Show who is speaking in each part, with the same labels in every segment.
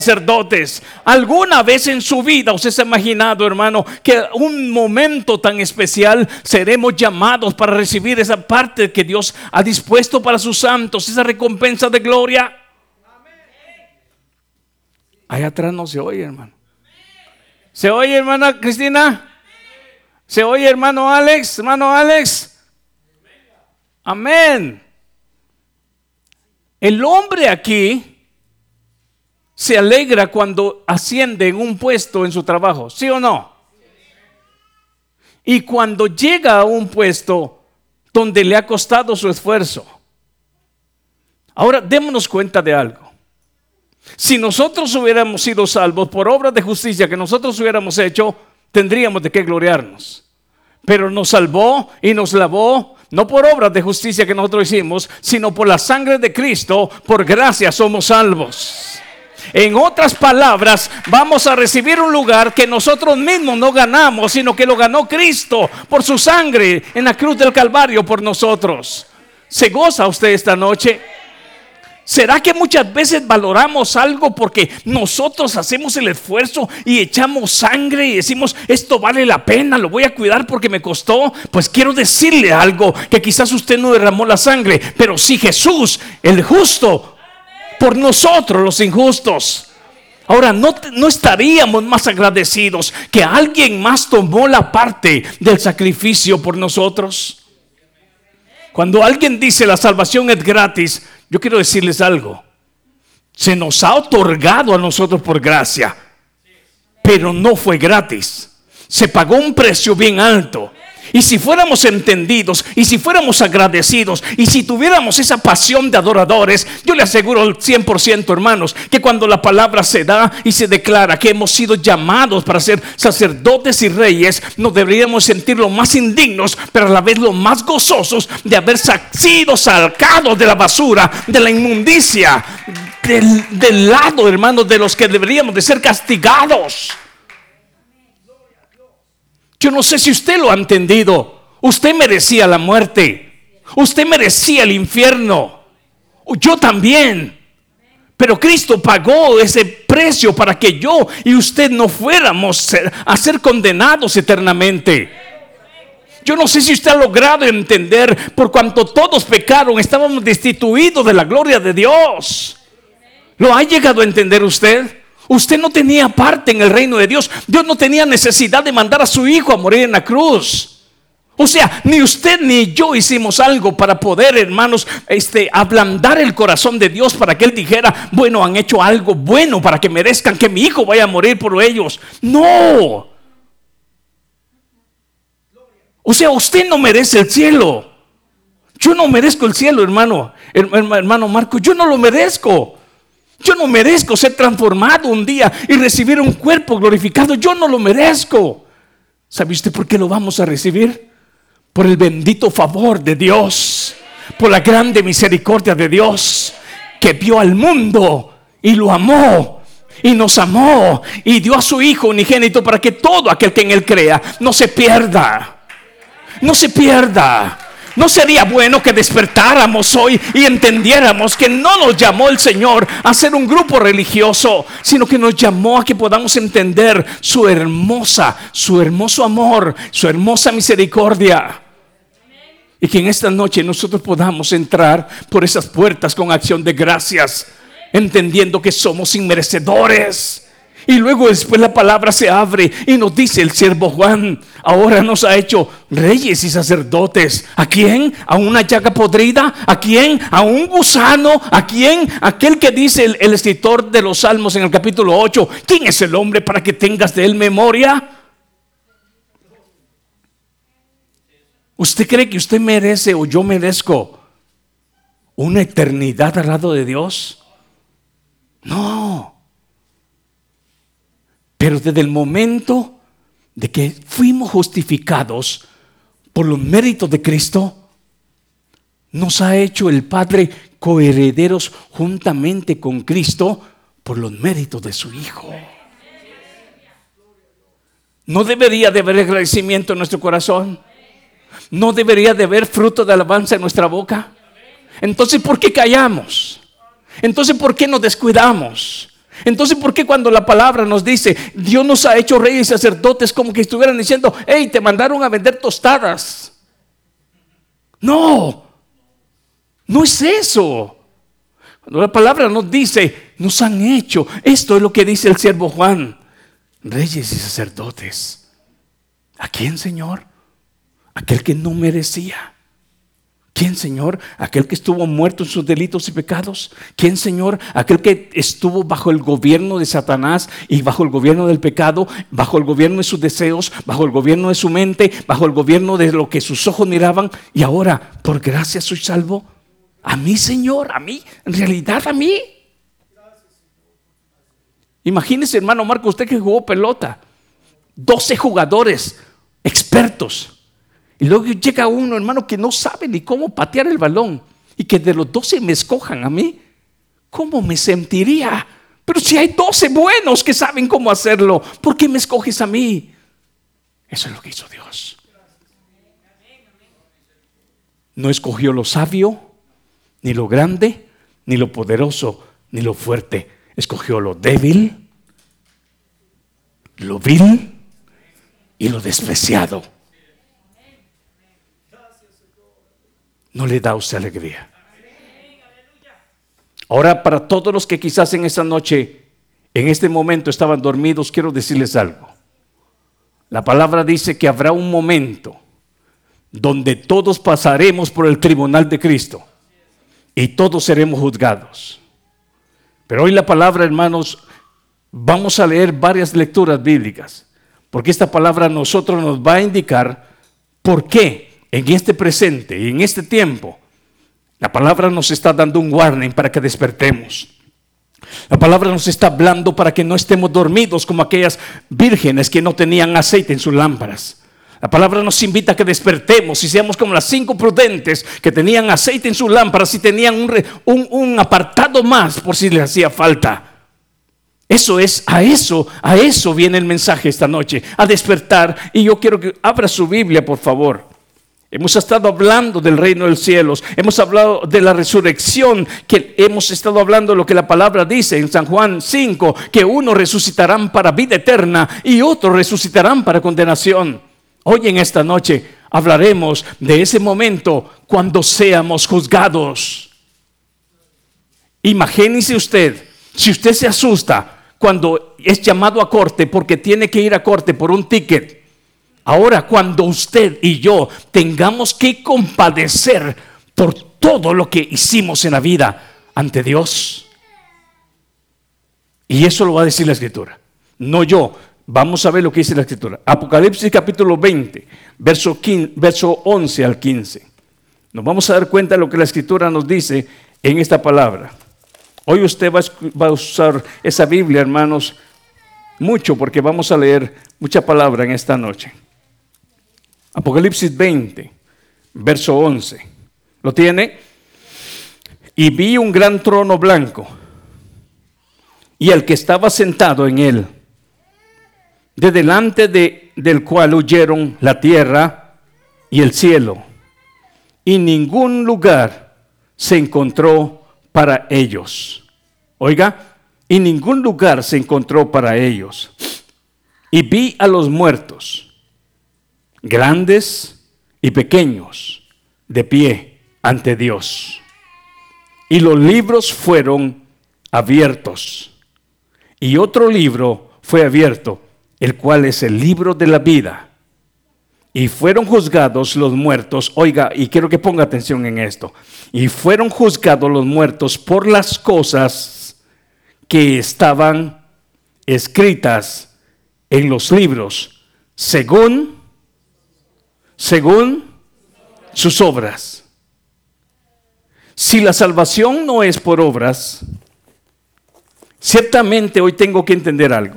Speaker 1: sacerdotes. ¿Alguna vez en su vida usted se ha imaginado, hermano, que un momento tan especial seremos llamados para recibir esa parte que Dios ha dispuesto para sus santos, esa recompensa de gloria? Allá atrás no se oye, hermano. ¿Se oye, hermana Cristina? ¿Se oye, hermano Alex? Hermano Alex. Amén. El hombre aquí se alegra cuando asciende en un puesto en su trabajo, ¿sí o no? Y cuando llega a un puesto donde le ha costado su esfuerzo. Ahora, démonos cuenta de algo. Si nosotros hubiéramos sido salvos por obras de justicia que nosotros hubiéramos hecho, tendríamos de qué gloriarnos. Pero nos salvó y nos lavó, no por obras de justicia que nosotros hicimos, sino por la sangre de Cristo. Por gracia somos salvos. En otras palabras, vamos a recibir un lugar que nosotros mismos no ganamos, sino que lo ganó Cristo por su sangre en la cruz del Calvario por nosotros. ¿Se goza usted esta noche? ¿Será que muchas veces valoramos algo porque nosotros hacemos el esfuerzo y echamos sangre y decimos, esto vale la pena, lo voy a cuidar porque me costó? Pues quiero decirle algo, que quizás usted no derramó la sangre, pero sí Jesús, el justo, por nosotros los injustos. Ahora, ¿no estaríamos más agradecidos que alguien más tomó la parte del sacrificio por nosotros? Cuando alguien dice la salvación es gratis, yo quiero decirles algo. Se nos ha otorgado a nosotros por gracia, pero no fue gratis. Se pagó un precio bien alto. Y si fuéramos entendidos, y si fuéramos agradecidos, y si tuviéramos esa pasión de adoradores, yo le aseguro al 100%, hermanos, que cuando la palabra se da y se declara que hemos sido llamados para ser sacerdotes y reyes, nos deberíamos sentir lo más indignos, pero a la vez lo más gozosos de haber sido sacados de la basura, de la inmundicia, del lado, hermanos, de los que deberíamos de ser castigados. Yo no sé si usted lo ha entendido. Usted merecía la muerte. Usted merecía el infierno. Yo también. Pero Cristo pagó ese precio para que yo y usted no fuéramos a ser condenados eternamente. Yo no sé si usted ha logrado entender, por cuanto todos pecaron, estábamos destituidos de la gloria de Dios. ¿Lo ha llegado a entender usted? Usted no tenía parte en el reino de Dios. Dios no tenía necesidad de mandar a su hijo a morir en la cruz. O sea, ni usted ni yo hicimos algo para poder, hermanos, ablandar el corazón de Dios para que Él dijera, bueno, han hecho algo bueno para que merezcan que mi hijo vaya a morir por ellos. No. O sea, usted no merece el cielo. Yo no merezco el cielo, hermano Marco, yo no lo merezco. Yo no merezco ser transformado un día y recibir un cuerpo glorificado. Yo no lo merezco. ¿Sabe usted por qué lo vamos a recibir? Por el bendito favor de Dios, por la grande misericordia de Dios, que vio al mundo y lo amó y nos amó y dio a su Hijo unigénito para que todo aquel que en Él crea no se pierda. No se pierda. ¿No sería bueno que despertáramos hoy y entendiéramos que no nos llamó el Señor a ser un grupo religioso, sino que nos llamó a que podamos entender su hermoso amor, su hermosa misericordia? Y que en esta noche nosotros podamos entrar por esas puertas con acción de gracias, entendiendo que somos inmerecedores. Y luego después la palabra se abre y nos dice el siervo Juan, ahora nos ha hecho reyes y sacerdotes. ¿A quién? ¿A una llaga podrida? ¿A quién? ¿A un gusano? ¿A quién? Aquel que dice el escritor de los Salmos en el capítulo 8, ¿quién es el hombre para que tengas de él memoria? ¿Usted cree que usted merece o yo merezco una eternidad al lado de Dios? No. Pero desde el momento de que fuimos justificados por los méritos de Cristo, nos ha hecho el Padre coherederos juntamente con Cristo por los méritos de su Hijo. ¿No debería de haber agradecimiento en nuestro corazón? ¿No debería de haber fruto de alabanza en nuestra boca? Entonces, ¿por qué callamos? Entonces, ¿por qué nos descuidamos? Entonces, ¿por qué cuando la palabra nos dice Dios nos ha hecho reyes y sacerdotes, como que estuvieran diciendo, hey, te mandaron a vender tostadas? No, no es eso. Cuando la palabra nos dice, nos han hecho, esto es lo que dice el siervo Juan, reyes y sacerdotes. ¿A quién, Señor? Aquel que no merecía. ¿Quién, Señor? Aquel que estuvo muerto en sus delitos y pecados. ¿Quién, Señor? Aquel que estuvo bajo el gobierno de Satanás y bajo el gobierno del pecado, bajo el gobierno de sus deseos, bajo el gobierno de su mente, bajo el gobierno de lo que sus ojos miraban, y ahora, por gracia soy salvo. A mí, Señor, a mí, en realidad a mí. Imagínese, hermano Marco, usted que jugó pelota, 12 jugadores expertos. Y luego llega uno, hermano, que no sabe ni cómo patear el balón, y que de los 12 me escojan a mí. ¿Cómo me sentiría? Pero si hay 12 buenos que saben cómo hacerlo, ¿por qué me escoges a mí? Eso es lo que hizo Dios. No escogió lo sabio, ni lo grande, ni lo poderoso, ni lo fuerte. Escogió lo débil, lo vil y lo despreciado. ¿No le da a usted alegría? Ahora, para todos los que quizás en esta noche, en este momento estaban dormidos, quiero decirles algo. La palabra dice que habrá un momento donde todos pasaremos por el tribunal de Cristo y todos seremos juzgados. Pero hoy la palabra, hermanos, vamos a leer varias lecturas bíblicas, porque esta palabra a nosotros nos va a indicar por qué en este presente y en este tiempo, la palabra nos está dando un warning para que despertemos. La palabra nos está hablando para que no estemos dormidos como aquellas vírgenes que no tenían aceite en sus lámparas. La palabra nos invita a que despertemos y seamos como las 5 prudentes que tenían aceite en sus lámparas y tenían un apartado más por si les hacía falta. Eso es, a eso viene el mensaje esta noche, a despertar. Y yo quiero que abra su Biblia, por favor. Hemos estado hablando del reino de los cielos, hemos hablado de la resurrección, que hemos estado hablando de lo que la palabra dice en San Juan 5, que unos resucitarán para vida eterna y otros resucitarán para condenación. Hoy en esta noche hablaremos de ese momento cuando seamos juzgados. Imagínese usted, si usted se asusta cuando es llamado a corte porque tiene que ir a corte por un ticket. Ahora, cuando usted y yo tengamos que compadecer por todo lo que hicimos en la vida ante Dios. Y eso lo va a decir la Escritura, no yo. Vamos a ver lo que dice la Escritura. Apocalipsis capítulo 20, verso 11 al 15. Nos vamos a dar cuenta de lo que la Escritura nos dice en esta palabra. Hoy usted va a usar esa Biblia, hermanos, mucho, porque vamos a leer mucha palabra en esta noche. Apocalipsis 20, verso 11. ¿Lo tiene? Y vi un gran trono blanco y el que estaba sentado en él, de delante del cual huyeron la tierra y el cielo, y ningún lugar se encontró para ellos. Oiga, y ningún lugar se encontró para ellos. Y vi a los muertos, grandes y pequeños, de pie ante Dios. Y los libros fueron abiertos. Y otro libro fue abierto, el cual es el libro de la vida. Y fueron juzgados los muertos. Oiga, y quiero que ponga atención en esto. Y fueron juzgados los muertos por las cosas que estaban escritas en los libros, según sus obras. Si la salvación no es por obras, ciertamente hoy tengo que entender algo.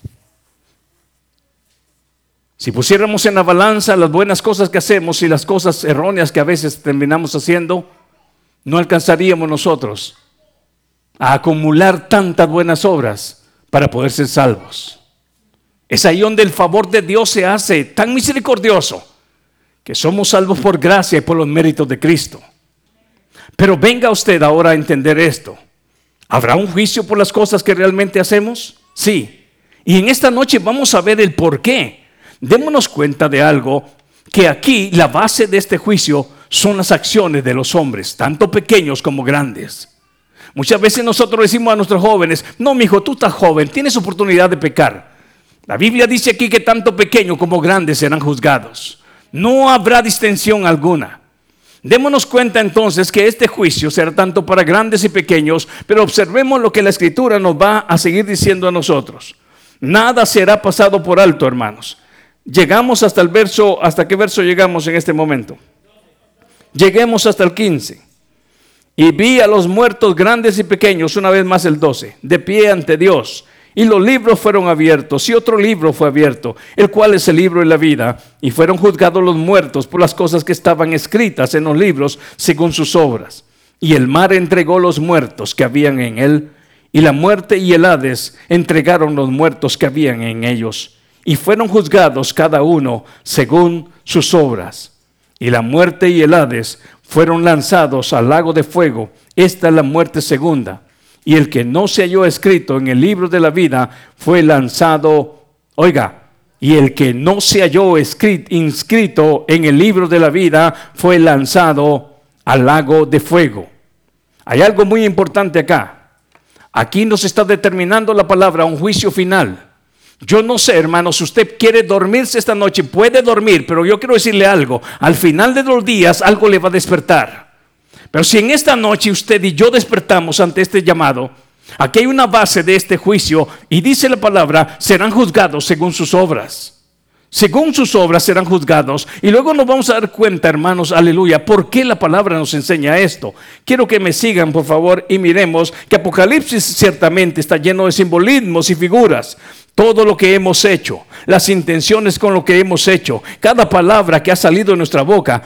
Speaker 1: Si pusiéramos en la balanza las buenas cosas que hacemos y las cosas erróneas que a veces terminamos haciendo, no alcanzaríamos nosotros a acumular tantas buenas obras para poder ser salvos. Es ahí donde el favor de Dios se hace tan misericordioso, que somos salvos por gracia y por los méritos de Cristo. Pero venga usted ahora a entender esto. ¿Habrá un juicio por las cosas que realmente hacemos? Sí. Y en esta noche vamos a ver el por qué. Démonos cuenta de algo, que aquí la base de este juicio son las acciones de los hombres, tanto pequeños como grandes. Muchas veces nosotros decimos a nuestros jóvenes: no, mijo, tú estás joven, tienes oportunidad de pecar. La Biblia dice aquí que tanto pequeños como grandes serán juzgados. No habrá distinción alguna. Démonos cuenta entonces que este juicio será tanto para grandes y pequeños, pero observemos lo que la Escritura nos va a seguir diciendo a nosotros. Nada será pasado por alto, hermanos. Llegamos hasta el verso, ¿hasta qué verso llegamos en este momento? Lleguemos hasta el 15. Y vi a los muertos grandes y pequeños, una vez más el 12, de pie ante Dios. Y los libros fueron abiertos, y otro libro fue abierto, el cual es el libro de la vida. Y fueron juzgados los muertos por las cosas que estaban escritas en los libros según sus obras. Y el mar entregó los muertos que habían en él, y la muerte y el Hades entregaron los muertos que habían en ellos. Y fueron juzgados cada uno según sus obras. Y la muerte y el Hades fueron lanzados al lago de fuego. Esta es la muerte segunda. Y el que no se halló escrito en el libro de la vida fue lanzado, y el que no se halló inscrito en el libro de la vida fue lanzado al lago de fuego. Hay algo muy importante acá. Aquí nos está determinando la palabra un juicio final. Yo no sé, hermanos, si usted quiere dormirse esta noche, puede dormir, pero yo quiero decirle algo: al final de los días algo le va a despertar. Pero si en esta noche usted y yo despertamos ante este llamado, aquí hay una base de este juicio, y dice la palabra: serán juzgados según sus obras. Según sus obras serán juzgados. Y luego nos vamos a dar cuenta, hermanos, aleluya, ¿por qué la palabra nos enseña esto? Quiero que me sigan, por favor, y miremos que Apocalipsis ciertamente está lleno de simbolismos y figuras. Todo lo que hemos hecho, las intenciones con lo que hemos hecho, cada palabra que ha salido de nuestra boca,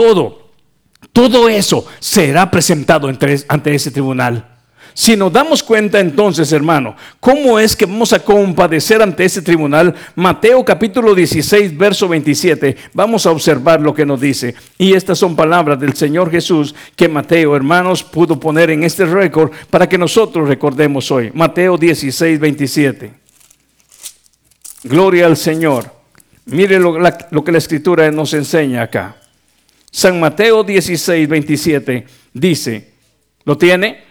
Speaker 1: todo eso será presentado ante ese tribunal. Si nos damos cuenta entonces, hermano, ¿cómo es que vamos a compadecer ante ese tribunal? Mateo capítulo 16, verso 27. Vamos a observar lo que nos dice. Y estas son palabras del Señor Jesús que Mateo, hermanos, pudo poner en este récord para que nosotros recordemos hoy. Mateo 16, 27. Gloria al Señor. Mire lo que la Escritura nos enseña acá. San Mateo 16, 27 dice, ¿lo tiene?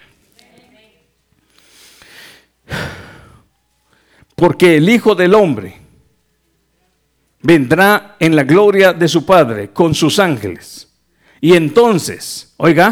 Speaker 1: Porque el Hijo del Hombre vendrá en la gloria de su Padre con sus ángeles. Y entonces,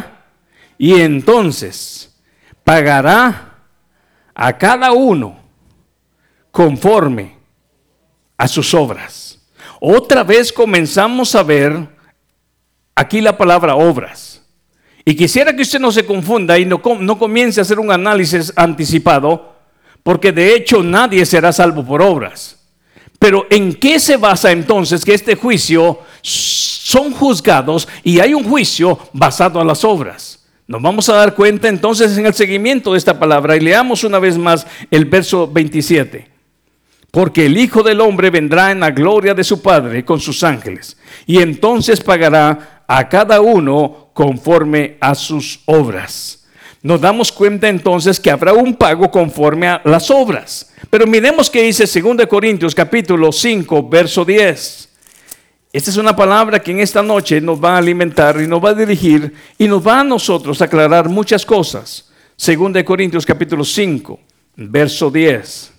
Speaker 1: pagará a cada uno conforme a sus obras. Otra vez comenzamos a ver aquí la palabra obras. Y quisiera que usted no se confunda y no comience a hacer un análisis anticipado, porque de hecho nadie será salvo por obras. Pero ¿en qué se basa entonces que este juicio son juzgados y hay un juicio basado en las obras? Nos vamos a dar cuenta entonces en el seguimiento de esta palabra, y leamos una vez más el verso 27. Porque el Hijo del Hombre vendrá en la gloria de su Padre con sus ángeles, y entonces pagará a cada uno conforme a sus obras. Nos damos cuenta entonces que habrá un pago conforme a las obras. Pero miremos qué dice 2 Corintios capítulo 5, verso 10. Esta es una palabra que en esta noche nos va a alimentar y nos va a dirigir y nos va a nosotros a aclarar muchas cosas. 2 Corintios capítulo 5, verso 10.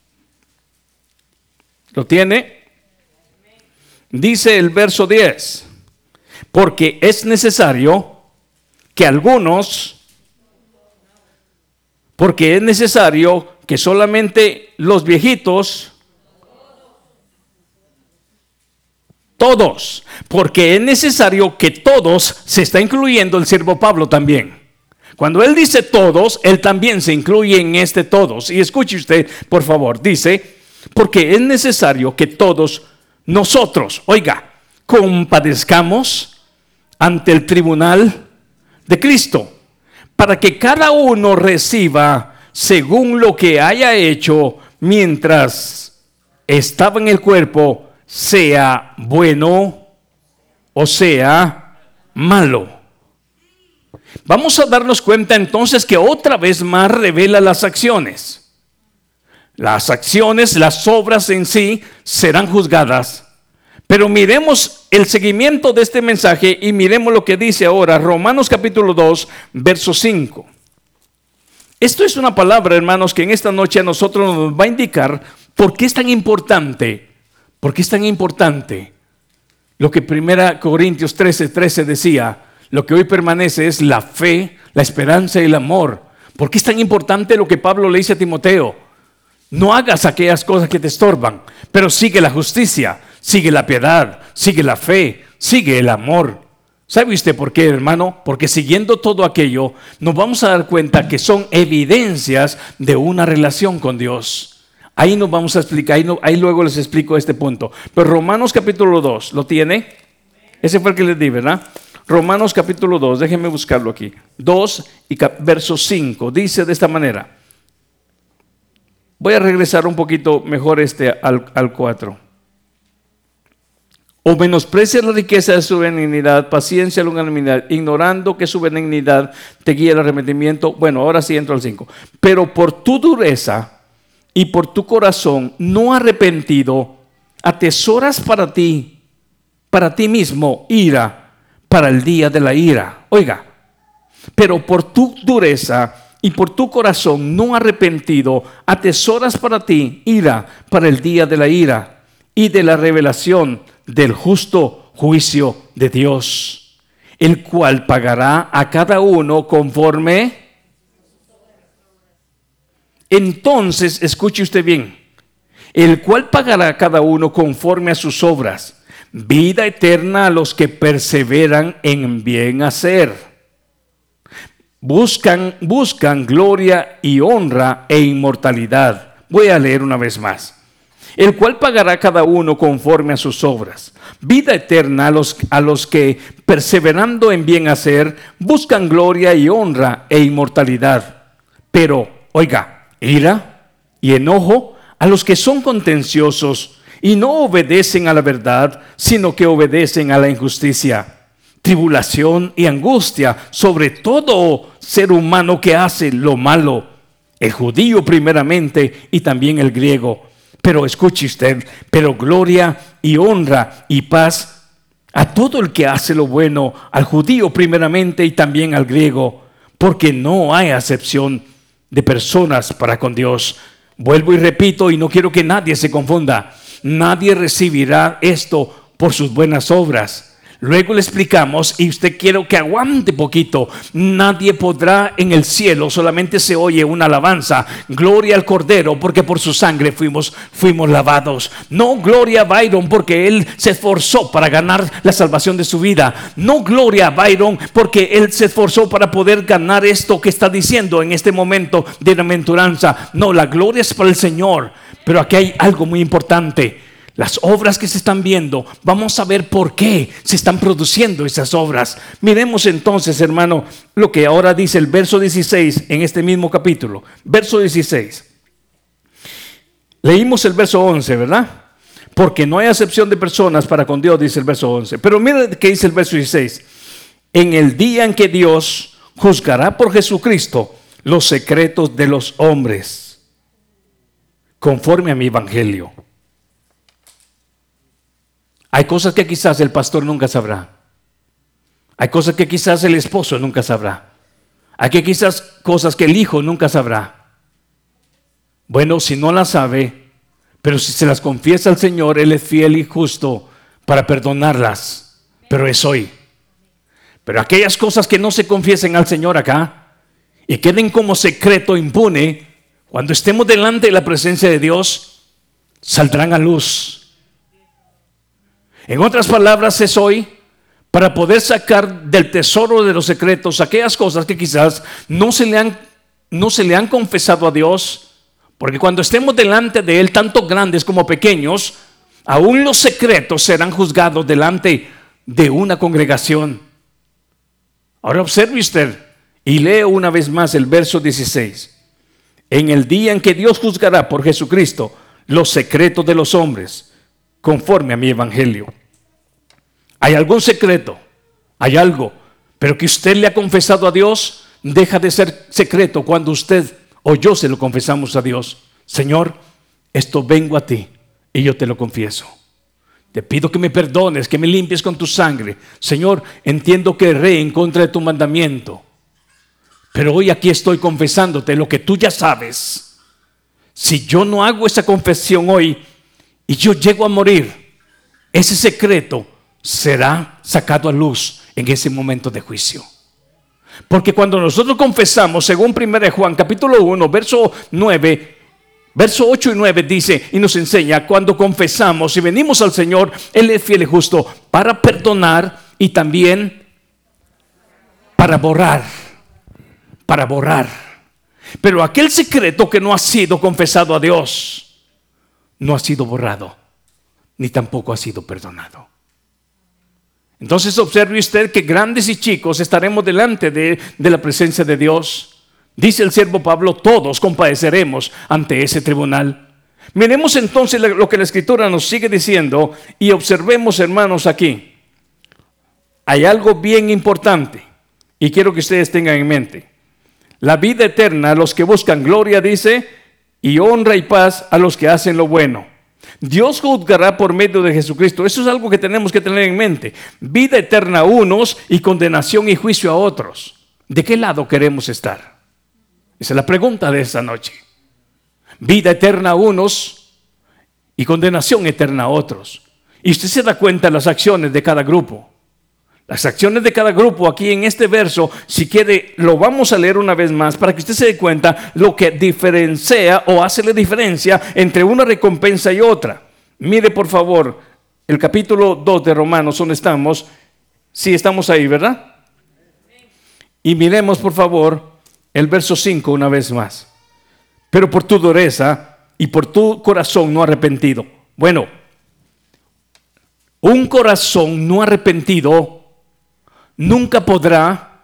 Speaker 1: ¿Lo tiene? Dice el verso 10. Porque es necesario que solamente los viejitos, todos, porque es necesario que todos, se está incluyendo el siervo Pablo también. Cuando él dice todos, él también se incluye en este todos. Y escuche usted, por favor, dice, porque es necesario que todos nosotros, compadezcamos ante el tribunal de Cristo, para que cada uno reciba según lo que haya hecho mientras estaba en el cuerpo, sea bueno o sea malo. Vamos a darnos cuenta entonces que otra vez más revela las acciones. Las acciones, las obras en sí serán juzgadas. Pero miremos el seguimiento de este mensaje y miremos lo que dice ahora Romanos capítulo 2, verso 5. Esto es una palabra, hermanos, que en esta noche a nosotros nos va a indicar por qué es tan importante. ¿Por qué es tan importante? Lo que 1 Corintios 13:13 decía, lo que hoy permanece es la fe, la esperanza y el amor. ¿Por qué es tan importante lo que Pablo le dice a Timoteo? No hagas aquellas cosas que te estorban, pero sigue la justicia, sigue la piedad, sigue la fe, sigue el amor. ¿Sabe usted por qué, hermano? Porque siguiendo todo aquello, nos vamos a dar cuenta que son evidencias de una relación con Dios. Ahí nos vamos a explicar, ahí luego les explico este punto. Pero Romanos capítulo 2, ¿lo tiene? Ese fue el que les di, ¿verdad? Romanos capítulo 2, déjenme buscarlo aquí. 2 y verso 5, dice de esta manera. Voy a regresar un poquito mejor al 4. O menosprecias la riqueza de su benignidad, paciencia, longanimidad, ignorando que su benignidad te guía al arrepentimiento. Bueno, ahora sí entro al 5. Pero por tu dureza y por tu corazón no arrepentido, atesoras para ti mismo ira para el día de la ira. Oiga, pero por tu dureza y por tu corazón no arrepentido, atesoras para ti ira para el día de la ira y de la revelación del justo juicio de Dios, el cual pagará a cada uno conforme. Entonces, escuche usted bien, el cual pagará a cada uno conforme a sus obras, vida eterna a los que perseveran en bien hacer. Buscan gloria y honra e inmortalidad. Voy a leer una vez más. El cual pagará a cada uno conforme a sus obras. Vida eterna a los que, perseverando en bien hacer, buscan gloria y honra e inmortalidad. Pero, oiga, ira y enojo a los que son contenciosos y no obedecen a la verdad, sino que obedecen a la injusticia. Tribulación y angustia sobre todo ser humano que hace lo malo, el judío primeramente y también el griego. Pero escuche usted, pero gloria y honra y paz a todo el que hace lo bueno, al judío primeramente y también al griego, porque no hay acepción de personas para con Dios. Vuelvo y repito, y no quiero que nadie se confunda, nadie recibirá esto por sus buenas obras. Luego le explicamos, y usted quiero que aguante poquito. Nadie podrá en el cielo, solamente se oye una alabanza, gloria al Cordero, porque por su sangre fuimos lavados. No gloria a Byron, porque él se esforzó para ganar la salvación de su vida. No gloria a Byron, porque él se esforzó para poder ganar esto que está diciendo en este momento de bienaventuranza. No, la gloria es para el Señor. Pero aquí hay algo muy importante. Las obras que se están viendo, vamos a ver por qué se están produciendo esas obras. Miremos entonces, hermano, lo que ahora dice el verso 16 en este mismo capítulo. Verso 16. Leímos el verso 11, ¿verdad? Porque no hay acepción de personas para con Dios, dice el verso 11. Pero mira qué dice el verso 16. En el día en que Dios juzgará por Jesucristo los secretos de los hombres, conforme a mi evangelio. Hay cosas que quizás el pastor nunca sabrá. Hay cosas que quizás el esposo nunca sabrá. Hay quizás cosas que el hijo nunca sabrá. Bueno, si no las sabe, pero si se las confiesa al Señor, Él es fiel y justo para perdonarlas. Pero es hoy. Pero aquellas cosas que no se confiesen al Señor acá y queden como secreto impune, cuando estemos delante de la presencia de Dios, saldrán a luz. En otras palabras, es hoy para poder sacar del tesoro de los secretos aquellas cosas que quizás no se le han confesado a Dios, porque cuando estemos delante de Él, tanto grandes como pequeños, aún los secretos serán juzgados delante de una congregación. Ahora observe usted y leo una vez más el verso 16. En el día en que Dios juzgará por Jesucristo los secretos de los hombres, conforme a mi evangelio. ¿Hay algún secreto? ¿Hay algo? pero que usted le ha confesado a Dios, deja de ser secreto cuando usted o yo se lo confesamos a Dios. Señor, esto vengo a ti y yo te lo confieso. Te pido que me perdones, que me limpies con tu sangre. Señor, entiendo que erré en contra de tu mandamiento, pero hoy aquí estoy confesándote lo que tú ya sabes. Si yo no hago esa confesión hoy y yo llego a morir, ese secreto será sacado a luz en ese momento de juicio. Porque cuando nosotros confesamos, según 1 Juan capítulo 1, verso 9, verso 8 y 9 dice y nos enseña, cuando confesamos y venimos al Señor, Él es fiel y justo para perdonar y también para borrar. Para borrar. Pero aquel secreto que no ha sido confesado a Dios, no ha sido borrado, ni tampoco ha sido perdonado. Entonces observe usted que grandes y chicos estaremos delante de la presencia de Dios. Dice el siervo Pablo, todos compadeceremos ante ese tribunal. Miremos entonces lo que la Escritura nos sigue diciendo y observemos, hermanos, aquí. Hay algo bien importante y quiero que ustedes tengan en mente. La vida eterna a los que buscan gloria, dice, y honra y paz a los que hacen lo bueno. Dios juzgará por medio de Jesucristo. Eso es algo que tenemos que tener en mente. Vida eterna a unos y condenación y juicio a otros. ¿De qué lado queremos estar? Esa es la pregunta de esta noche. Vida eterna a unos y condenación eterna a otros. Y usted se da cuenta de las acciones de cada grupo. Las acciones de cada grupo aquí en este verso, si quiere, lo vamos a leer una vez más para que usted se dé cuenta lo que diferencia o hace la diferencia entre una recompensa y otra. Mire por favor el capítulo 2 de Romanos, ¿dónde estamos? Sí, estamos ahí, ¿verdad? Y miremos por favor el verso 5 una vez más. Pero por tu dureza y por tu corazón no arrepentido. Bueno, un corazón no arrepentido nunca podrá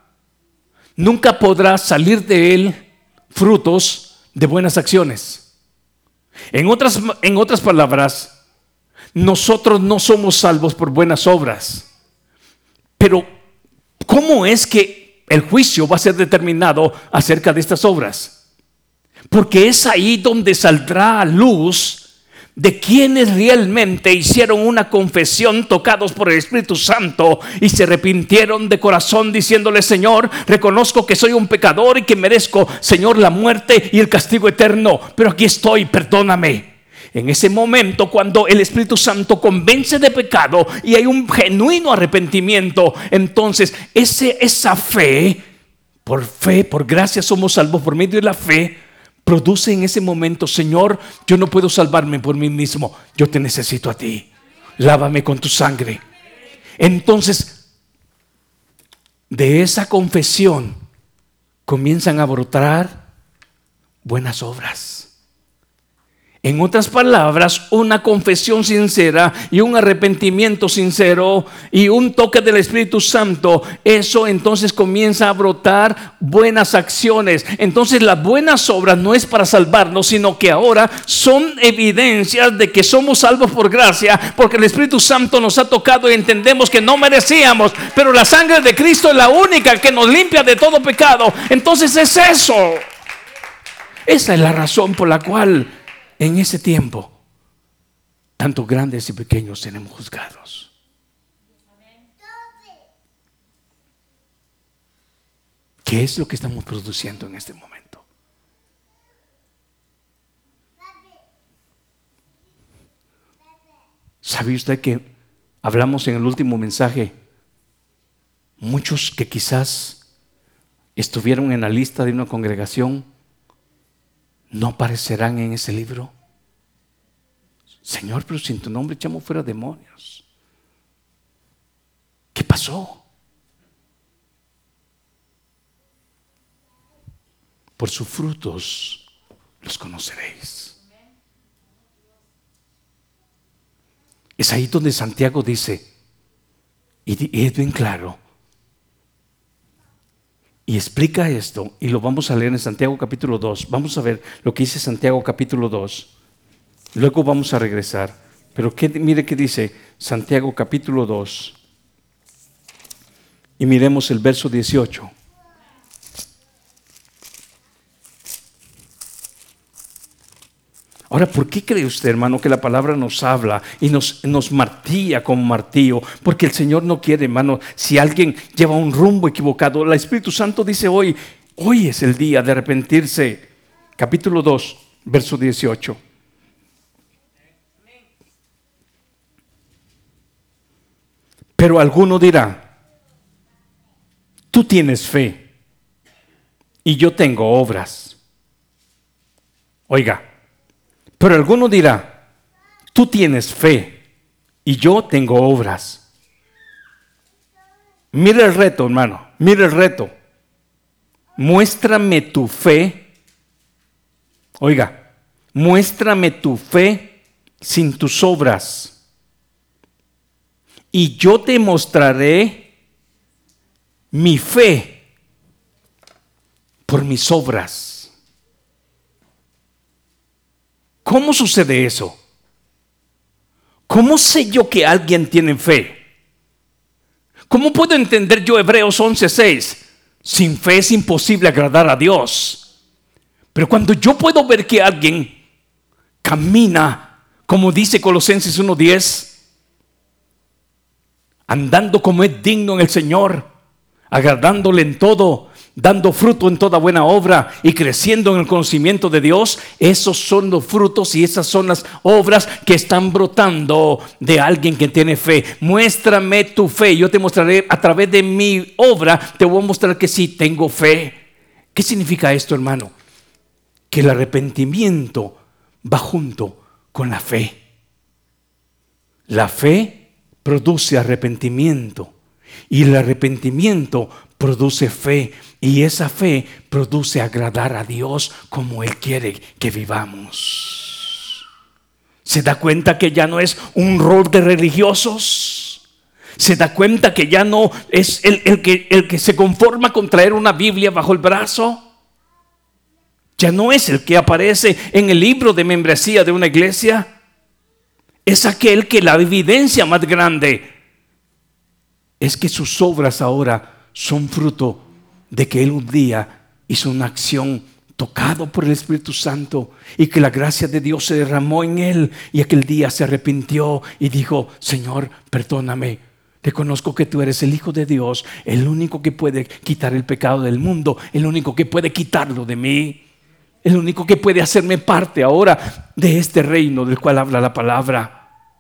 Speaker 1: salir de él frutos de buenas acciones. En otras palabras, nosotros no somos salvos por buenas obras. Pero ¿cómo es que el juicio va a ser determinado acerca de estas obras? Porque es ahí donde saldrá a luz de quienes realmente hicieron una confesión tocados por el Espíritu Santo y se arrepintieron de corazón diciéndole: Señor, reconozco que soy un pecador y que merezco, Señor, la muerte y el castigo eterno, pero aquí estoy, perdóname. En ese momento, cuando el Espíritu Santo convence de pecado y hay un genuino arrepentimiento, entonces esa fe, por gracia somos salvos por medio de la fe, produce en ese momento: Señor, yo no puedo salvarme por mí mismo, yo te necesito a ti, lávame con tu sangre. Entonces, de esa confesión comienzan a brotar buenas obras. En otras palabras, una confesión sincera y un arrepentimiento sincero y un toque del Espíritu Santo, eso entonces comienza a brotar buenas acciones. Entonces las buenas obras no es para salvarnos, sino que ahora son evidencias de que somos salvos por gracia, porque el Espíritu Santo nos ha tocado y entendemos que no merecíamos, pero la sangre de Cristo es la única que nos limpia de todo pecado. Entonces es eso. Esa es la razón por la cual en ese tiempo, tanto grandes y pequeños seremos juzgados. ¿Qué es lo que estamos produciendo en este momento? ¿Sabe usted que hablamos en el último mensaje? Muchos que quizás estuvieron en la lista de una congregación no aparecerán en ese libro. Señor, pero sin tu nombre echamos fuera demonios. ¿Qué pasó? Por sus frutos los conoceréis. Es ahí donde Santiago dice, y es bien claro, y explica esto, y lo vamos a leer en Santiago capítulo 2. Vamos a ver lo que dice Santiago capítulo 2. Luego vamos a regresar. Pero mire qué dice Santiago capítulo 2. y miremos el verso 18. Ahora, ¿por qué cree usted, hermano, que la palabra nos habla y nos martilla como martillo? Porque el Señor no quiere, hermano, si alguien lleva un rumbo equivocado. El Espíritu Santo dice hoy es el día de arrepentirse. Capítulo 2, verso 18. Pero alguno dirá: tú tienes fe y yo tengo obras. Oiga, pero alguno dirá: tú tienes fe y yo tengo obras. Mira el reto, hermano, mira el reto. Muéstrame tu fe. Oiga, muéstrame tu fe sin tus obras, y yo te mostraré mi fe por mis obras. ¿Cómo sucede eso? ¿Cómo sé yo que alguien tiene fe? ¿Cómo puedo entender yo Hebreos 11:6? Sin fe es imposible agradar a Dios. Pero cuando yo puedo ver que alguien camina, como dice Colosenses 1:10, andando como es digno en el Señor, agradándole en todo, dando fruto en toda buena obra y creciendo en el conocimiento de Dios, esos son los frutos y esas son las obras que están brotando de alguien que tiene fe. Muéstrame tu fe, yo te mostraré a través de mi obra, te voy a mostrar que sí tengo fe. ¿Qué significa esto, hermano? Que el arrepentimiento va junto con la fe. La fe produce arrepentimiento y el arrepentimiento produce fe, y esa fe produce agradar a Dios como Él quiere que vivamos. ¿Se da cuenta que ya no es un rol de religiosos? ¿Se da cuenta que ya no es el que se conforma con traer una Biblia bajo el brazo? Ya no es el que aparece en el libro de membresía de una iglesia. Es aquel que la evidencia más grande es que sus obras ahora son fruto de que Él un día hizo una acción tocado por el Espíritu Santo y que la gracia de Dios se derramó en Él, y aquel día se arrepintió y dijo: Señor, perdóname, reconozco que tú eres el Hijo de Dios, el único que puede quitar el pecado del mundo, el único que puede quitarlo de mí, el único que puede hacerme parte ahora de este reino del cual habla la palabra.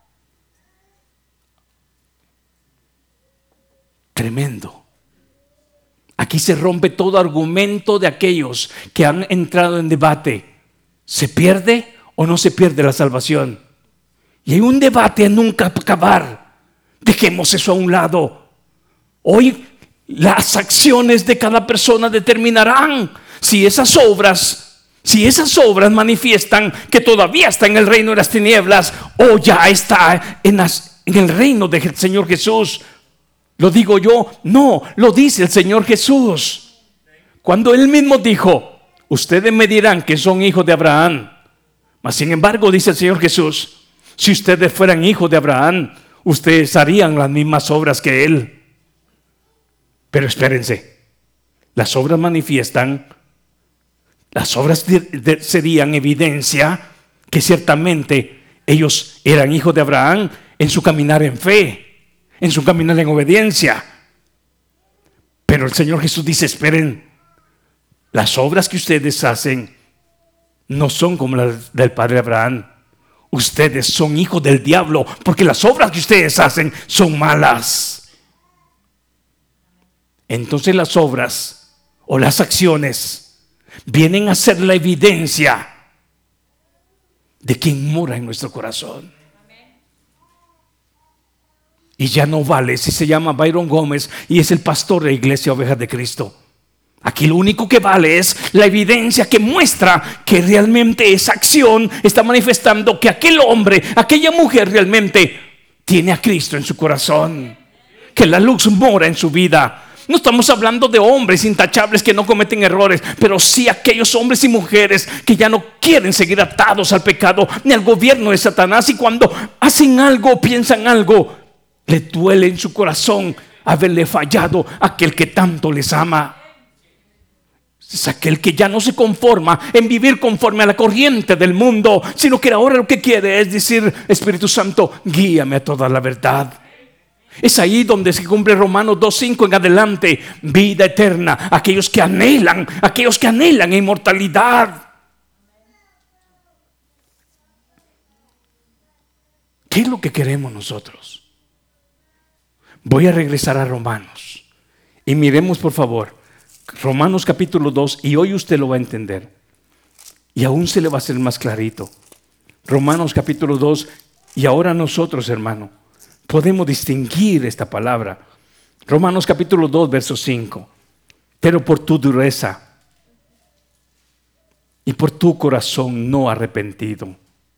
Speaker 1: Tremendo. Aquí se rompe todo argumento de aquellos que han entrado en debate. ¿Se pierde o no se pierde la salvación? Y hay un debate a nunca acabar. Dejemos eso a un lado. Hoy las acciones de cada persona determinarán si esas obras manifiestan que todavía está en el reino de las tinieblas o ya está en el reino del Señor Jesús. ¿Lo digo yo? No, lo dice el Señor Jesús. Cuando Él mismo dijo: ustedes me dirán que son hijos de Abraham, mas sin embargo, dice el Señor Jesús, si ustedes fueran hijos de Abraham, ustedes harían las mismas obras que Él. Pero espérense, las obras manifiestan, las obras serían evidencia que ciertamente ellos eran hijos de Abraham en su caminar en fe, en su caminar en obediencia. Pero el Señor Jesús dice: esperen, las obras que ustedes hacen no son como las del padre Abraham. Ustedes son hijos del diablo, porque las obras que ustedes hacen son malas. Entonces las obras o las acciones vienen a ser la evidencia de quien mora en nuestro corazón. Y ya no vale si se llama Byron Gómez y es el pastor de la Iglesia Ovejas de Cristo. Aquí lo único que vale es la evidencia que muestra que realmente esa acción está manifestando que aquel hombre, aquella mujer realmente tiene a Cristo en su corazón, que la luz mora en su vida. No estamos hablando de hombres intachables que no cometen errores, pero sí aquellos hombres y mujeres que ya no quieren seguir atados al pecado ni al gobierno de Satanás, y cuando hacen algo, piensan algo, le duele en su corazón haberle fallado a aquel que tanto les ama. Es aquel que ya no se conforma en vivir conforme a la corriente del mundo, sino que ahora lo que quiere es decir: Espíritu Santo, guíame a toda la verdad. Es ahí donde se cumple Romanos 2:5 en adelante: vida eterna, aquellos que anhelan inmortalidad. ¿Qué es lo que queremos nosotros? Voy a regresar a Romanos y miremos por favor Romanos capítulo 2, y hoy usted lo va a entender y aún se le va a hacer más clarito. Romanos capítulo 2, y ahora nosotros, hermano, podemos distinguir esta palabra. Romanos capítulo 2, verso 5. Pero por tu dureza y por tu corazón no arrepentido.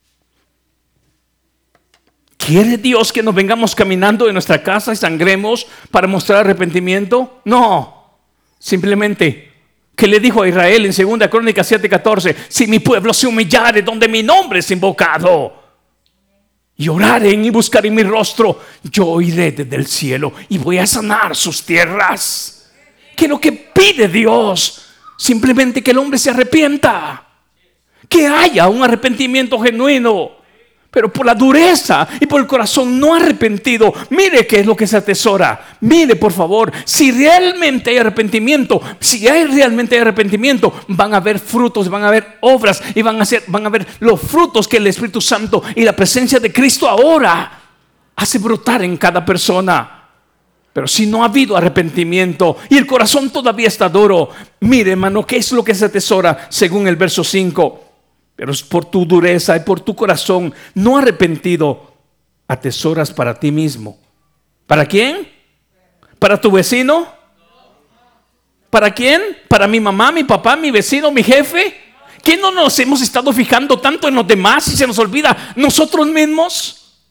Speaker 1: ¿Quiere Dios que nos vengamos caminando de nuestra casa y sangremos para mostrar arrepentimiento? No. Simplemente, ¿qué le dijo a Israel en 2 Crónicas 7:14? Si mi pueblo se humillare donde mi nombre es invocado, y oraren y buscaren mi rostro, yo oiré desde el cielo y voy a sanar sus tierras. ¿Qué es lo que pide Dios? Simplemente que el hombre se arrepienta, que haya un arrepentimiento genuino. Pero por la dureza y por el corazón no arrepentido, mire qué es lo que se atesora. Mire por favor, si realmente hay arrepentimiento, van a haber frutos, van a haber obras y van a haber los frutos que el Espíritu Santo y la presencia de Cristo ahora hace brotar en cada persona. Pero si no ha habido arrepentimiento y el corazón todavía está duro, mire hermano, ¿qué es lo que se atesora según el verso 5? Pero es por tu dureza y por tu corazón no arrepentido, atesoras para ti mismo. ¿Para quién? ¿Para tu vecino? ¿Para quién? ¿Para mi mamá, mi papá, mi vecino, mi jefe? ¿Quién no nos hemos estado fijando tanto en los demás y se nos olvida nosotros mismos?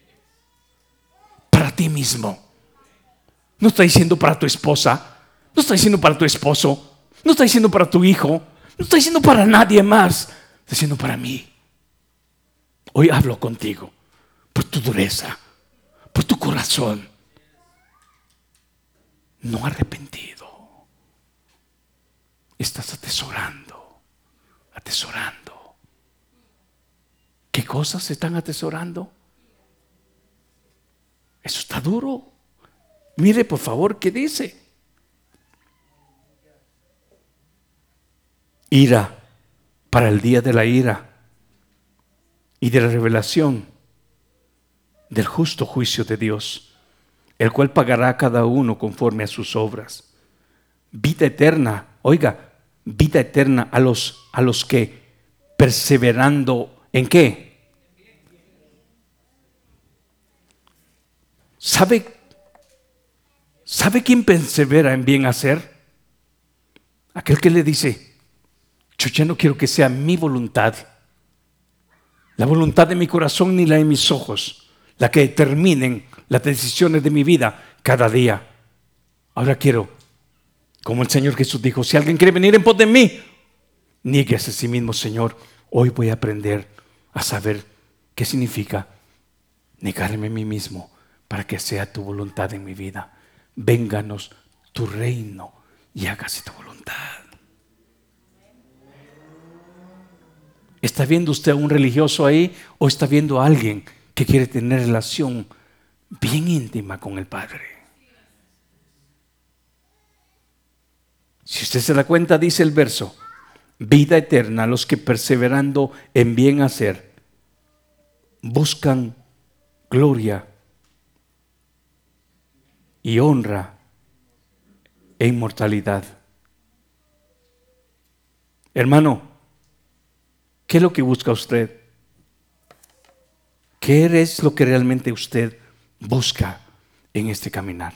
Speaker 1: Para ti mismo. No está diciendo para tu esposa, no está diciendo para tu esposo, no está diciendo para tu hijo, no está diciendo para nadie más. Está diciendo para mí. Hoy hablo contigo por tu dureza, por tu corazón no arrepentido. Estás atesorando. ¿Qué cosas se están atesorando? Eso está duro. Mire por favor qué dice. Ira para el día de la ira y de la revelación del justo juicio de Dios, el cual pagará a cada uno conforme a sus obras. Vida eterna, oiga, vida eterna a los que perseverando ¿en qué? ¿Sabe quién persevera en bien hacer? Aquel que le dice: yo ya no quiero que sea mi voluntad, la voluntad de mi corazón ni la de mis ojos, la que determinen las decisiones de mi vida cada día. Ahora quiero, como el Señor Jesús dijo: si alguien quiere venir en pos de mí, niéguese a sí mismo. Señor, hoy voy a aprender a saber qué significa negarme a mí mismo para que sea tu voluntad en mi vida. Vénganos tu reino y hágase tu voluntad. ¿Está viendo usted a un religioso ahí o está viendo a alguien que quiere tener relación bien íntima con el Padre? Si usted se da cuenta, dice el verso: vida eterna a los que perseverando en bien hacer buscan gloria y honra e inmortalidad. Hermano, ¿qué es lo que busca usted? ¿Qué es lo que realmente usted busca en este caminar?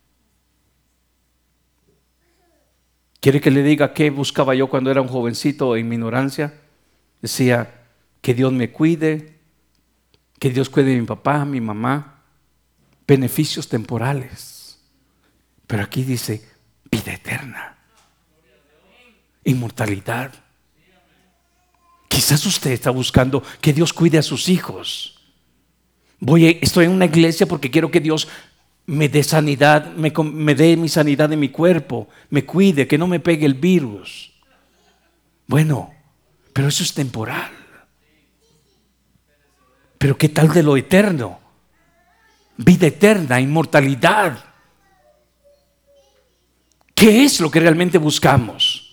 Speaker 1: ¿Quiere que le diga qué buscaba yo cuando era un jovencito en mi ignorancia? Decía: que Dios me cuide, que Dios cuide de mi papá, mi mamá, beneficios temporales. Pero aquí dice vida eterna, inmortalidad. Quizás usted está buscando que Dios cuide a sus hijos. Estoy en una iglesia porque quiero que Dios me dé sanidad, me dé mi sanidad de mi cuerpo, me cuide, que no me pegue el virus. Bueno, pero eso es temporal. Pero ¿qué tal de lo eterno? Vida eterna, inmortalidad. ¿Qué es lo que realmente buscamos?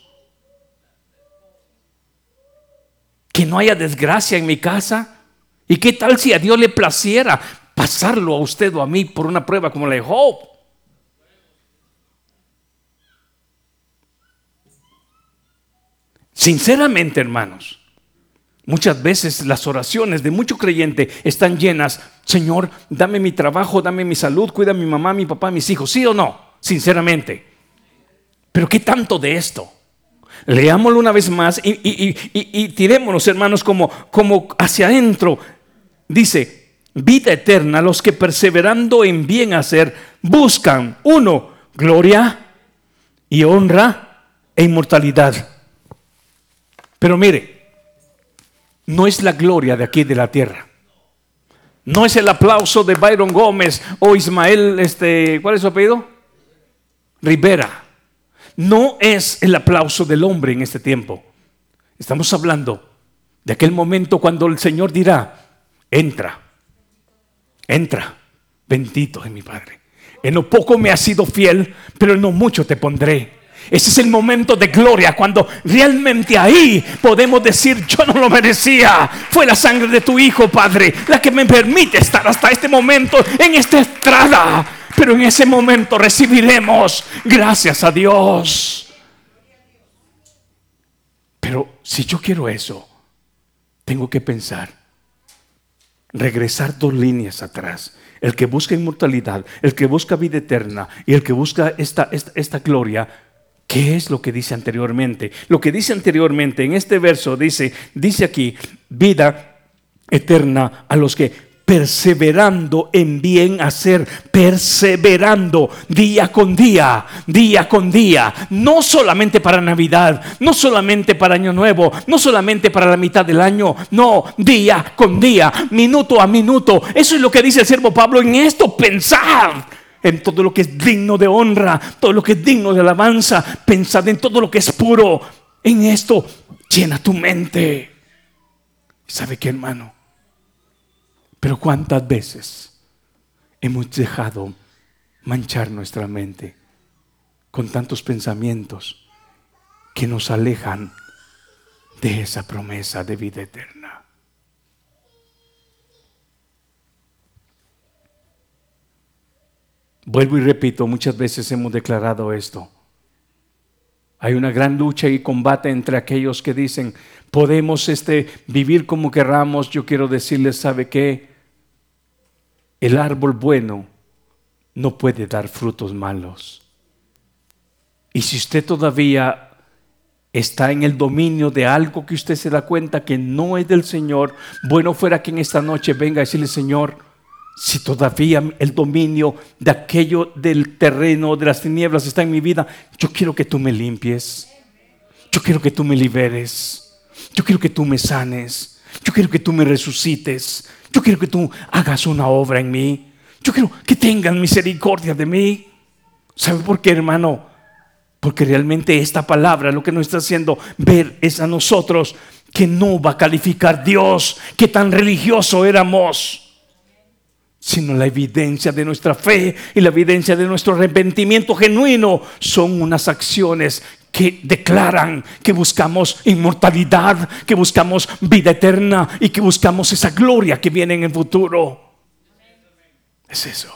Speaker 1: ¿Que no haya desgracia en mi casa? ¿Y qué tal si a Dios le placiera pasarlo a usted o a mí por una prueba como la de Job? Sinceramente, hermanos, muchas veces las oraciones de mucho creyente están llenas: Señor, dame mi trabajo, dame mi salud, cuida a mi mamá, mi papá, mis hijos. ¿Sí o no? Sinceramente. Pero ¿qué tanto de esto? Leámoslo una vez más y tirémonos, hermanos, como hacia adentro. Dice: vida eterna, los que perseverando en bien hacer buscan, uno, gloria y honra e inmortalidad. Pero mire, no es la gloria de aquí de la tierra. No es el aplauso de Byron Gómez o Ismael, ¿cuál es su apellido? Rivera. No es el aplauso del hombre en este tiempo. Estamos hablando de aquel momento cuando el Señor dirá: entra, bendito es mi Padre. En lo poco me has sido fiel, pero en lo mucho te pondré. Ese es el momento de gloria, cuando realmente ahí podemos decir: yo no lo merecía, fue la sangre de tu Hijo, Padre, la que me permite estar hasta este momento en esta estrada. Pero en ese momento recibiremos gracias a Dios. Pero si yo quiero eso, tengo que pensar, regresar 2 líneas atrás. El que busca inmortalidad, el que busca vida eterna y el que busca esta gloria, ¿qué es lo que dice anteriormente? Lo que dice anteriormente en este verso dice aquí: vida eterna a los que perseverando en bien hacer, perseverando día con día, no solamente para Navidad, no solamente para Año Nuevo, no solamente para la mitad del año, no, día con día, minuto a minuto. Eso es lo que dice el siervo Pablo en esto: pensar en todo lo que es digno de honra, todo lo que es digno de alabanza, pensad en todo lo que es puro. En esto llena tu mente. ¿Sabe qué, hermano? Pero ¿cuántas veces hemos dejado manchar nuestra mente con tantos pensamientos que nos alejan de esa promesa de vida eterna? Vuelvo y repito, muchas veces hemos declarado esto. Hay una gran lucha y combate entre aquellos que dicen: podemos vivir como querramos. Yo quiero decirles: ¿sabe qué? El árbol bueno no puede dar frutos malos. Y si usted todavía está en el dominio de algo que usted se da cuenta que no es del Señor, bueno fuera que en esta noche venga a decirle: Señor, si todavía el dominio de aquello del terreno, de las tinieblas está en mi vida, yo quiero que tú me limpies, yo quiero que tú me liberes, yo quiero que tú me sanes, yo quiero que tú me resucites, yo quiero que tú hagas una obra en mí, yo quiero que tengas misericordia de mí. ¿Sabe por qué, hermano? Porque realmente esta palabra lo que nos está haciendo ver es a nosotros que no va a calificar Dios qué tan religioso éramos, sino la evidencia de nuestra fe y la evidencia de nuestro arrepentimiento genuino son unas acciones que declaran que buscamos inmortalidad, que buscamos vida eterna y que buscamos esa gloria que viene en el futuro. Es eso.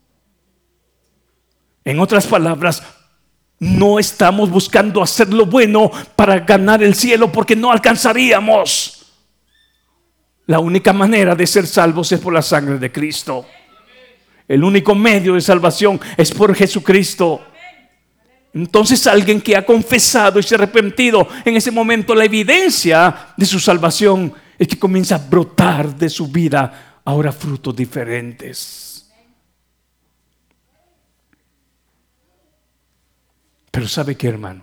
Speaker 1: En otras palabras, no estamos buscando hacer lo bueno para ganar el cielo, porque no alcanzaríamos. La única manera de ser salvos es por la sangre de Cristo. El único medio de salvación es por Jesucristo. Entonces, alguien que ha confesado y se ha arrepentido, en ese momento la evidencia de su salvación es que comienza a brotar de su vida ahora frutos diferentes. Pero ¿sabe qué, hermano?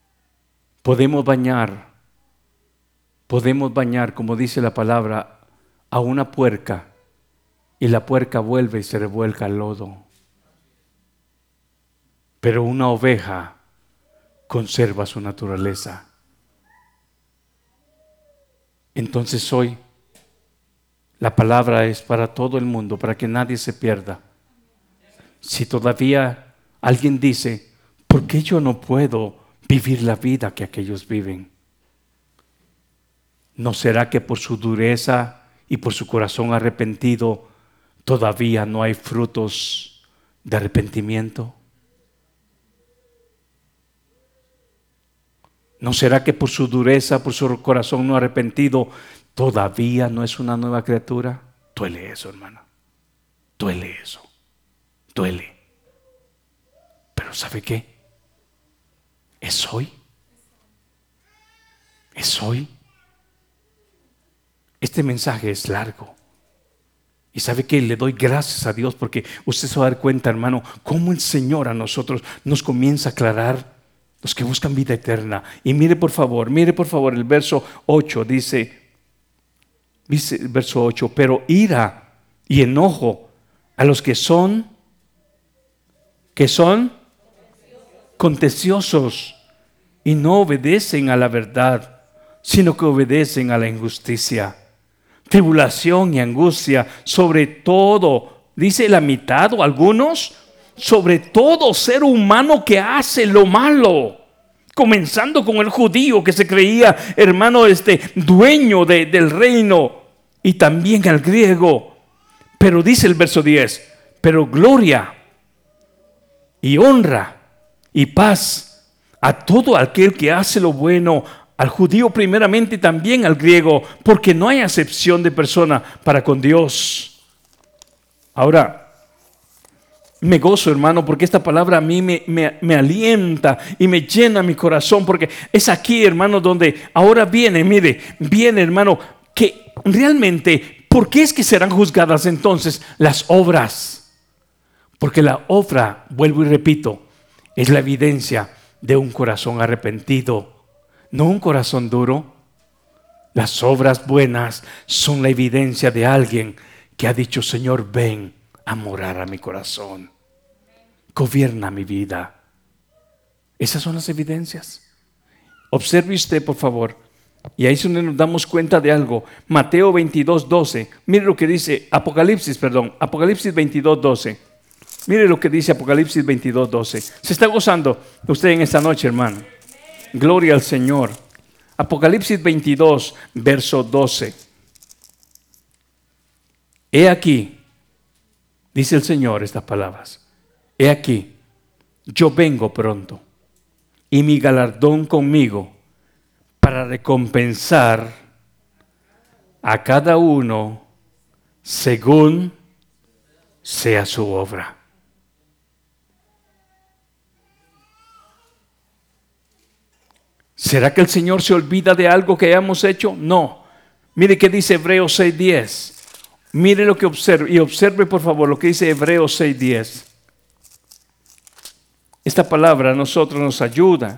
Speaker 1: Podemos bañar, como dice la palabra, a una puerca y la puerca vuelve y se revuelca al lodo. Pero una oveja conserva su naturaleza. Entonces hoy la palabra es para todo el mundo, para que nadie se pierda. Si todavía alguien dice, ¿por qué yo no puedo vivir la vida que aquellos viven? ¿No será que por su dureza y por su corazón arrepentido todavía no hay frutos de arrepentimiento? ¿No será que por su dureza, por su corazón no arrepentido, todavía no es una nueva criatura? Duele eso, hermano. Duele eso. Duele. Pero ¿sabe qué? Es hoy. Es hoy. Este mensaje es largo. Y ¿sabe qué? Le doy gracias a Dios porque usted se va a dar cuenta, hermano, cómo el Señor a nosotros nos comienza a aclarar los que buscan vida eterna. Y mire por favor el verso 8 dice verso 8, pero ira y enojo a los que son contenciosos y no obedecen a la verdad, sino que obedecen a la injusticia. Tribulación y angustia sobre todo, dice la mitad o algunos, sobre todo ser humano que hace lo malo, comenzando con el judío que se creía, hermano, dueño del reino, y también al griego. Pero dice el verso 10, pero gloria y honra y paz a todo aquel que hace lo bueno, al judío primeramente y también al griego, porque no hay acepción de persona para con Dios. Ahora, me gozo, hermano, porque esta palabra a mí me alienta y me llena mi corazón, porque es aquí, hermano, donde ahora viene, hermano, que realmente, ¿por qué es que serán juzgadas entonces las obras? Porque la obra, vuelvo y repito, es la evidencia de un corazón arrepentido, no un corazón duro. Las obras buenas son la evidencia de alguien que ha dicho, Señor, ven a morar a mi corazón, gobierna mi vida. Esas son las evidencias. Observe usted, por favor, y ahí es donde nos damos cuenta de algo. Mateo 22:12. Mire lo que dice Apocalipsis 22:12. Mire lo que dice Apocalipsis 22:12. Se está gozando usted en esta noche, hermano. Gloria al Señor. Apocalipsis 22, verso 12. He aquí, dice el Señor estas palabras. He aquí, yo vengo pronto, y mi galardón conmigo, para recompensar a cada uno según sea su obra. ¿Será que el Señor se olvida de algo que hayamos hecho? No. Mire qué dice Hebreos 6:10. Mire lo que observe, y observe por favor lo que dice Hebreos 6:10. Esta palabra a nosotros nos ayuda.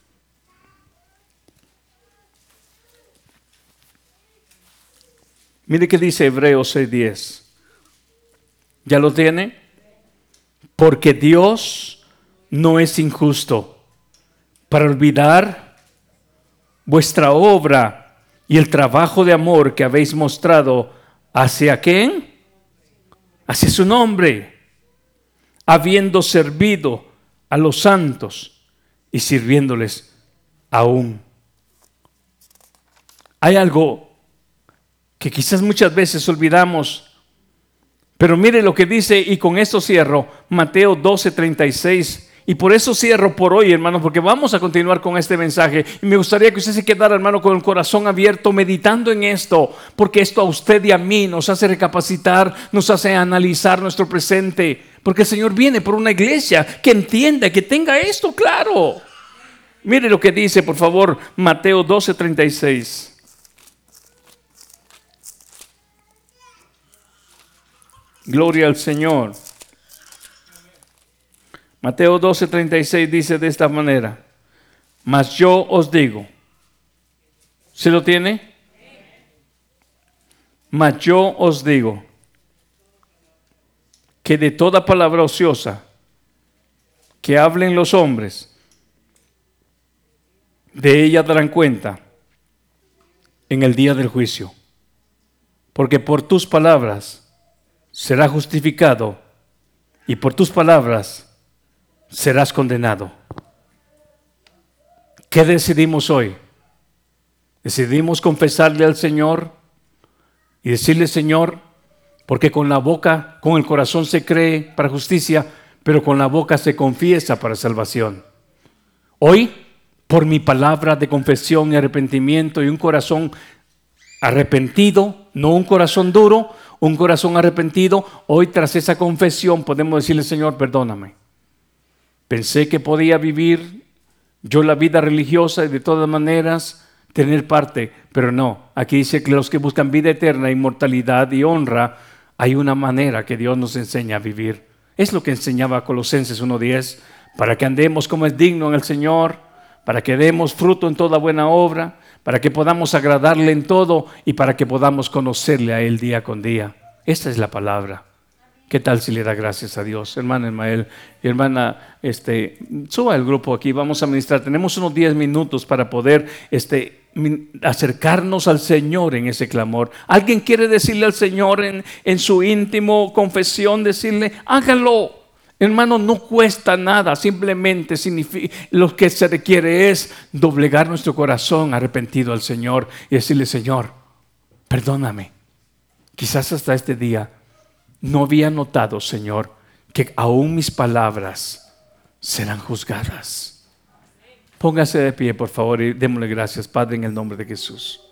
Speaker 1: Mire qué dice Hebreos 6:10. ¿Ya lo tiene? Porque Dios no es injusto para olvidar vuestra obra y el trabajo de amor que habéis mostrado hacia ¿quién? Hacia su nombre, habiendo servido a los santos y sirviéndoles aún. Hay algo que quizás muchas veces olvidamos, pero mire lo que dice, y con esto cierro, Mateo 12:36. Y por eso cierro por hoy, hermano, porque vamos a continuar con este mensaje. Y me gustaría que usted se quedara, hermano, con el corazón abierto, meditando en esto, porque esto a usted y a mí nos hace recapacitar, nos hace analizar nuestro presente. Porque el Señor viene por una iglesia que entienda, que tenga esto claro. Mire lo que dice, por favor, Mateo 12:36. Gloria al Señor. Mateo 12:36 dice de esta manera: mas yo os digo, ¿se lo tiene? Mas yo os digo que de toda palabra ociosa que hablen los hombres, de ella darán cuenta en el día del juicio. Porque por tus palabras serás justificado y por tus palabras serás condenado. ¿Qué decidimos hoy? Decidimos confesarle al Señor y decirle: Señor, porque con la boca, con el corazón se cree para justicia, pero con la boca se confiesa para salvación. Hoy, por mi palabra de confesión y arrepentimiento y un corazón arrepentido, no un corazón duro, un corazón arrepentido, hoy tras esa confesión podemos decirle: Señor, perdóname. Pensé que podía vivir yo la vida religiosa y de todas maneras tener parte, pero no. Aquí dice que los que buscan vida eterna, inmortalidad y honra, hay una manera que Dios nos enseña a vivir. Es lo que enseñaba Colosenses 1:10, para que andemos como es digno en el Señor, para que demos fruto en toda buena obra, para que podamos agradarle en todo y para que podamos conocerle a Él día con día. Esta es la palabra. ¿Qué tal si le da gracias a Dios? Hermana Ismael y hermana, suba el grupo aquí, vamos a ministrar. Tenemos unos 10 minutos para poder acercarnos al Señor en ese clamor. ¿Alguien quiere decirle al Señor en su íntimo confesión, decirle: hágalo? Hermano, no cuesta nada, simplemente lo que se requiere es doblegar nuestro corazón arrepentido al Señor y decirle: Señor, perdóname. Quizás hasta este día no había notado, Señor, que aún mis palabras serán juzgadas. Póngase de pie, por favor, y démosle gracias, Padre, en el nombre de Jesús.